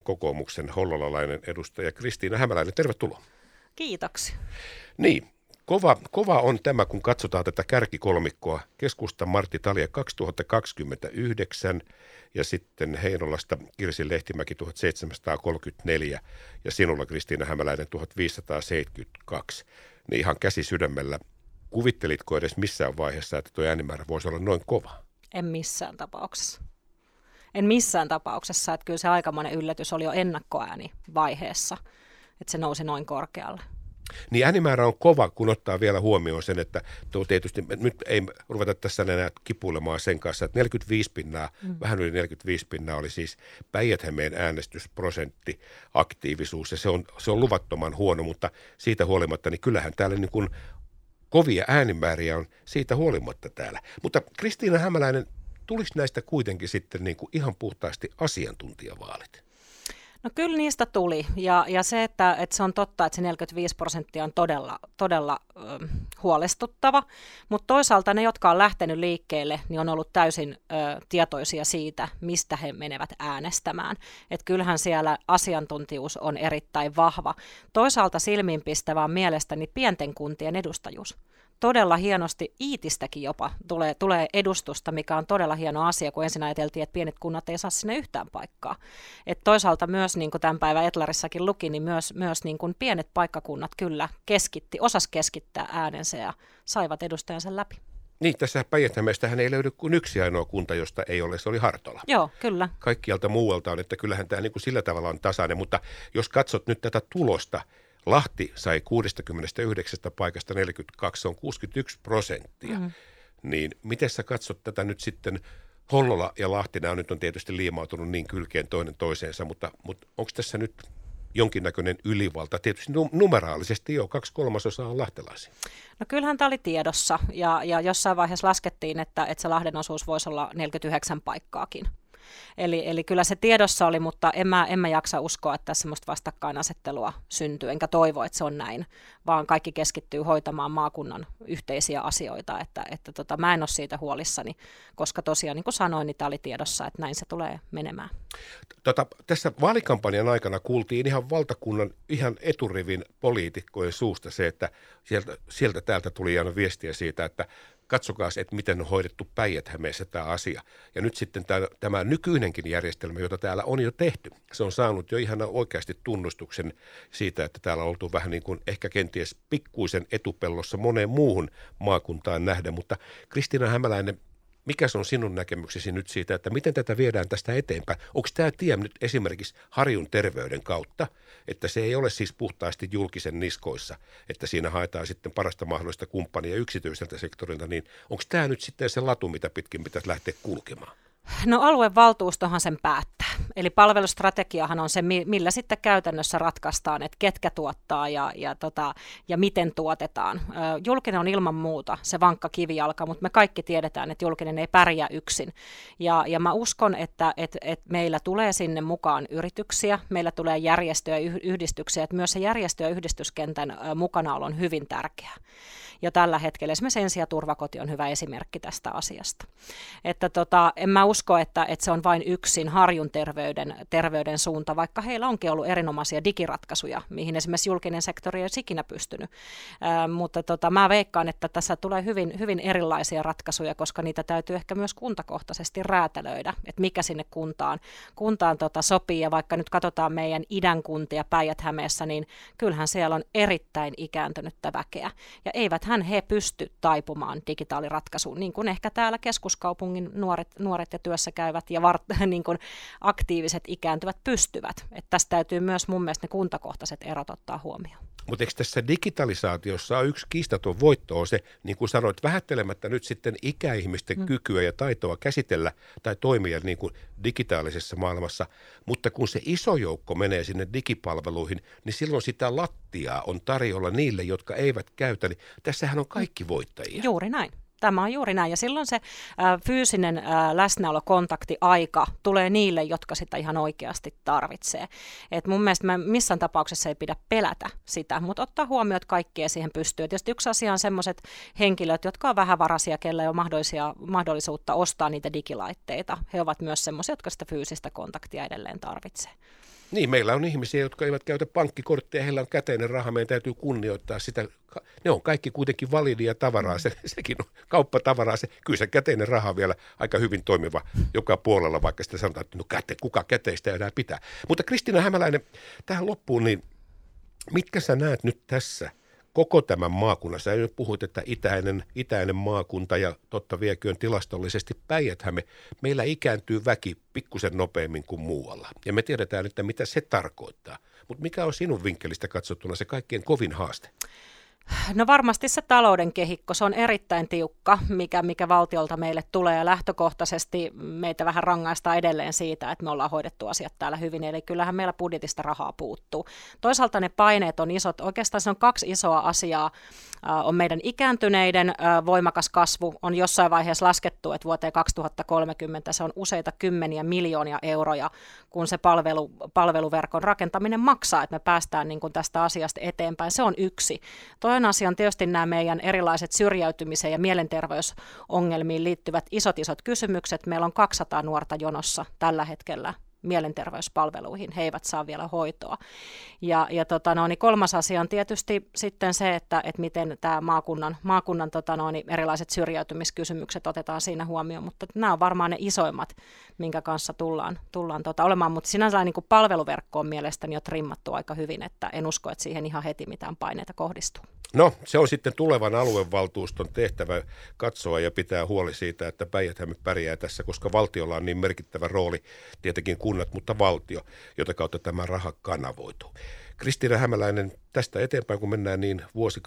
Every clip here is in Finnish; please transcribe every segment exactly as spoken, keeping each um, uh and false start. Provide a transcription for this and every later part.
kokoomuksen hollolalainen edustaja Kristiina Hämäläinen. Tervetuloa. Kiitoksia. Niin, kova, kova on tämä, kun katsotaan tätä kärkikolmikkoa. Keskustan Martti Talja kaksituhattakaksikymmentäyhdeksän ja sitten Heinolasta Kirsi Lehtimäki tuhatseitsemänsataakolmekymmentäneljä ja sinulla Kristiina Hämäläinen tuhatviisisataaseitsemänkymmentäkaksi. Niin ihan käsi sydämellä. Kuvittelitko edes missään vaiheessa, että tuo äänimäärä voisi olla noin kova? En missään tapauksessa. En missään tapauksessa, että kyllä se aikamoinen yllätys oli jo ennakkoäänivaiheessa, että se nousi noin korkealle. Niin äänimäärä on kova, kun ottaa vielä huomioon sen, että tuo tietysti nyt ei ruveta tässä enää kipuilemaan sen kanssa, että neljäkymmentäviisi pinnaa, mm. vähän yli neljäkymmentäviisi pinnaa oli siis Päijät-Hämeen äänestysprosentti, aktiivisuus, ja se on, se on luvattoman huono, mutta siitä huolimatta, niin kyllähän täällä niin kuin kovia äänimääriä on siitä huolimatta täällä. Mutta Kristiina Hämäläinen, tulisi näistä kuitenkin sitten niin kuin ihan puhtaasti asiantuntijavaalit? No kyllä niistä tuli, ja, ja se, että, että se on totta, että se neljäkymmentäviisi prosenttia on todella, todella ö, huolestuttava, mutta toisaalta ne, jotka on lähtenyt liikkeelle, niin on ollut täysin ö, tietoisia siitä, mistä he menevät äänestämään. Et kyllähän siellä asiantuntijuus on erittäin vahva. Toisaalta silmiinpistävää on mielestäni pienten kuntien edustajuus. Todella hienosti Iitistäkin jopa tulee, tulee edustusta, mikä on todella hieno asia, kun ensin ajateltiin, että pienet kunnat ei saa sinne yhtään paikkaa. Et toisaalta myös, niin kuin tämän päivän Etlarissakin luki, niin myös, myös niin kuin pienet paikkakunnat kyllä keskitti, osas keskittää äänensä ja saivat edustajansa läpi. Niin, tässä Päijät-Hämeestähän ei löydy kuin yksi ainoa kunta, josta ei ole, se oli Hartola. Joo, kyllä. Kaikkialta muualta on, että kyllähän tämä niin kuin sillä tavalla on tasainen, mutta jos katsot nyt tätä tulosta, Lahti sai kuusikymmentäyhdeksän paikasta neljäkymmentäkaksi, se on kuusikymmentäyksi prosenttia. Mm. Niin miten sä katsot tätä nyt sitten, Hollola ja Lahti, nämä nyt on tietysti liimautunut niin kylkeen toinen toiseensa, mutta, mutta onko tässä nyt jonkinnäköinen ylivalta? Tietysti numeraalisesti jo kaksi kolmasosaa on lahtelaisia. No kyllähän tämä oli tiedossa ja, ja jossain vaiheessa laskettiin, että, että se Lahden osuus voisi olla neljäkymmentäyhdeksän paikkaakin. Eli, eli kyllä se tiedossa oli, mutta en mä, en mä jaksa uskoa, että tässä semmoista vastakkainasettelua syntyy, enkä toivo, että se on näin, vaan kaikki keskittyy hoitamaan maakunnan yhteisiä asioita, että, että tota, mä en ole siitä huolissani, koska tosiaan niin kuin sanoin, niin tämä oli tiedossa, että näin se tulee menemään. Tota, tässä vaalikampanjan aikana kuultiin ihan valtakunnan ihan eturivin poliitikkojen suusta se, että sieltä, sieltä täältä tuli aina viestiä siitä, että katsokaa, että miten on hoidettu Päijät-Hämeessä tämä asia. Ja nyt sitten tämä, tämä nykyinenkin järjestelmä, jota täällä on jo tehty, se on saanut jo ihan oikeasti tunnustuksen siitä, että täällä on oltu vähän niin kuin ehkä kenties pikkuisen etupellossa moneen muuhun maakuntaan nähdä. Mutta Kristiina Hämäläinen, mikä se on sinun näkemyksesi nyt siitä, että miten tätä viedään tästä eteenpäin? Onko tämä tie nyt esimerkiksi Harjun terveyden kautta, että se ei ole siis puhtaasti julkisen niskoissa, että siinä haetaan sitten parasta mahdollista kumppania yksityiseltä sektorilta, niin onko tämä nyt sitten se latu, mitä pitkin pitäisi lähteä kulkemaan? No aluevaltuustohan sen päättää. Eli palvelustrategiahan on se, millä sitten käytännössä ratkaistaan, että ketkä tuottaa ja, ja, tota, ja miten tuotetaan. Julkinen on ilman muuta se vankka kivijalka, mutta me kaikki tiedetään, että julkinen ei pärjää yksin. Ja, ja mä uskon, että et, et meillä tulee sinne mukaan yrityksiä, meillä tulee järjestöjä ja yhdistyksiä, että myös se järjestö- ja yhdistyskentän mukanaolo on hyvin tärkeää. Jo tällä hetkellä esimerkiksi Ensi- ja turvakoti on hyvä esimerkki tästä asiasta. Että tota, en mä usko, että, että se on vain yksin Harjun terveyden, terveyden suunta, vaikka heillä onkin ollut erinomaisia digiratkaisuja, mihin esimerkiksi julkinen sektori ei olisi ikinä pystynyt. Ää, mutta tota, mä veikkaan, että tässä tulee hyvin, hyvin erilaisia ratkaisuja, koska niitä täytyy ehkä myös kuntakohtaisesti räätälöidä, että mikä sinne kuntaan, kuntaan tota sopii. Ja vaikka nyt katsotaan meidän idän kuntia Päijät-Hämeessä, niin kyllähän siellä on erittäin ikääntynyttä väkeä. Ja eivät hän he pysty taipumaan digitaaliratkaisuun, niin kuin ehkä täällä keskuskaupungin nuoret, nuoret ja työssä käyvät ja vart, niin kuin aktiiviset ikääntyvät pystyvät. Että tästä täytyy myös mun mielestä ne kuntakohtaiset erot ottaa huomioon. Mutta eikö tässä digitalisaatiossa on yksi kiistaton voitto on se, niin kuin sanoit, vähättelemättä nyt sitten ikäihmisten mm. kykyä ja taitoa käsitellä tai toimia niin kuin digitaalisessa maailmassa, mutta kun se iso joukko menee sinne digipalveluihin, niin silloin sitä lattiaa on tarjolla niille, jotka eivät käytä, niin tässähän on kaikki voittajia. Juuri näin. Tämä on juuri näin. Ja silloin se ä, fyysinen ä, läsnäolo, kontakti, aika tulee niille, jotka sitä ihan oikeasti tarvitsee. Et mun mielestä mä missään tapauksessa ei pidä pelätä sitä, mutta ottaa huomioon, että kaikkea siihen pystyy. Tietysti yksi asia on sellaiset henkilöt, jotka on vähävaraisia, kellä ei ole mahdollisia, mahdollisuutta ostaa niitä digilaitteita. He ovat myös sellaisia, jotka sitä fyysistä kontaktia edelleen tarvitsee. Niin, meillä on ihmisiä, jotka eivät käytä pankkikortteja, heillä on käteinen raha, meidän täytyy kunnioittaa sitä. Ne on kaikki kuitenkin validia tavaraa, se, sekin on kauppatavaraa, se, kyllä se käteinen raha on vielä aika hyvin toimiva joka puolella, vaikka sitä sanotaan, että no käte, kuka käteistä enää pitää. Mutta Kristiina Hämäläinen, tähän loppuun, niin mitkä sä näet nyt tässä koko tämän maakunnan? Sä nyt puhuit, että itäinen, itäinen maakunta ja totta vieköön tilastollisesti Päijät-Häme, meillä ikääntyy väki pikkusen nopeammin kuin muualla. Ja me tiedetään, että mitä se tarkoittaa. Mutta mikä on sinun vinkkelistä katsottuna se kaikkein kovin haaste? No varmasti se talouden kehikko, se on erittäin tiukka, mikä, mikä valtiolta meille tulee ja lähtökohtaisesti meitä vähän rangaistaan edelleen siitä, että me ollaan hoidettu asiat täällä hyvin, eli kyllähän meillä budjetista rahaa puuttuu. Toisaalta ne paineet on isot, oikeastaan se on kaksi isoa asiaa, on meidän ikääntyneiden voimakas kasvu, on jossain vaiheessa laskettu, että vuoteen kaksituhattakolmekymmentä se on useita kymmeniä miljoonia euroja, kun se palvelu, palveluverkon rakentaminen maksaa, että me päästään niin kuin tästä asiasta eteenpäin, se on yksi. Toinen asia on tietysti nämä meidän erilaiset syrjäytymiseen ja mielenterveysongelmiin liittyvät isot isot kysymykset. Meillä on kaksisataa nuorta jonossa tällä hetkellä mielenterveyspalveluihin, he eivät saa vielä hoitoa. Ja, ja tota, no, niin kolmas asia on tietysti sitten se, että, että miten tämä maakunnan, maakunnan tota, no, niin erilaiset syrjäytymiskysymykset otetaan siinä huomioon, mutta nämä on varmaan ne isoimmat, minkä kanssa tullaan, tullaan tota, olemaan, mutta sinänsä niin kuin palveluverkko on mielestäni jo trimmattu aika hyvin, että en usko, että siihen ihan heti mitään paineita kohdistuu. No, se on sitten tulevan aluevaltuuston tehtävä katsoa ja pitää huoli siitä, että Päijät-Häme pärjää tässä, koska valtiolla on niin merkittävä rooli, tietenkin kunnat, mutta valtio, jota kautta tämä raha kanavoituu. Kristiina Hämäläinen, tästä eteenpäin kun mennään, niin vuosi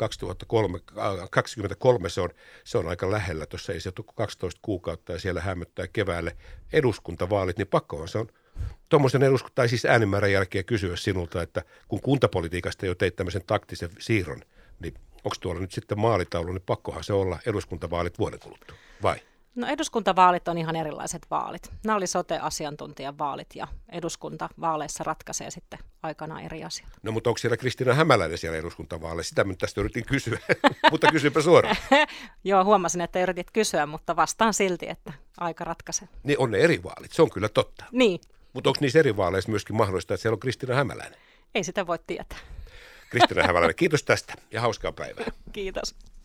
kaksituhattakaksikymmentäkolme se on, se on aika lähellä. Tuossa ei se tule kaksitoista kuukautta ja siellä hämöttää keväälle eduskuntavaalit, niin pakkohan se on tuommoisen eduskunta, tai siis äänimäärän jälkeen kysyä sinulta, että kun kuntapolitiikasta jo teit tämmöisen taktisen siirron, niin onko tuolla nyt sitten maalitaulu, niin pakkohan se olla eduskuntavaalit vuoden kuluttua, vai? No eduskuntavaalit on ihan erilaiset vaalit. Nämä oli sote-asiantuntijan vaalit ja eduskuntavaaleissa ratkaisee sitten aikanaan eri asiat. No mutta onko siellä Kristiina Hämäläinen siellä eduskuntavaaleissa? Sitä mä tästä yritin kysyä, mutta kysypä suoraan. Joo, huomasin, että yritit kysyä, mutta vastaan silti, että aika ratkaisee. Niin on ne eri vaalit, se on kyllä totta. Niin. Mutta onko niissä eri vaaleissa myöskin mahdollista, että siellä on Kristiina Hämäläinen? Ei sitä voi tietää. Kristiina Hämäläinen, kiitos tästä ja hauskaa päivää. Kiitos.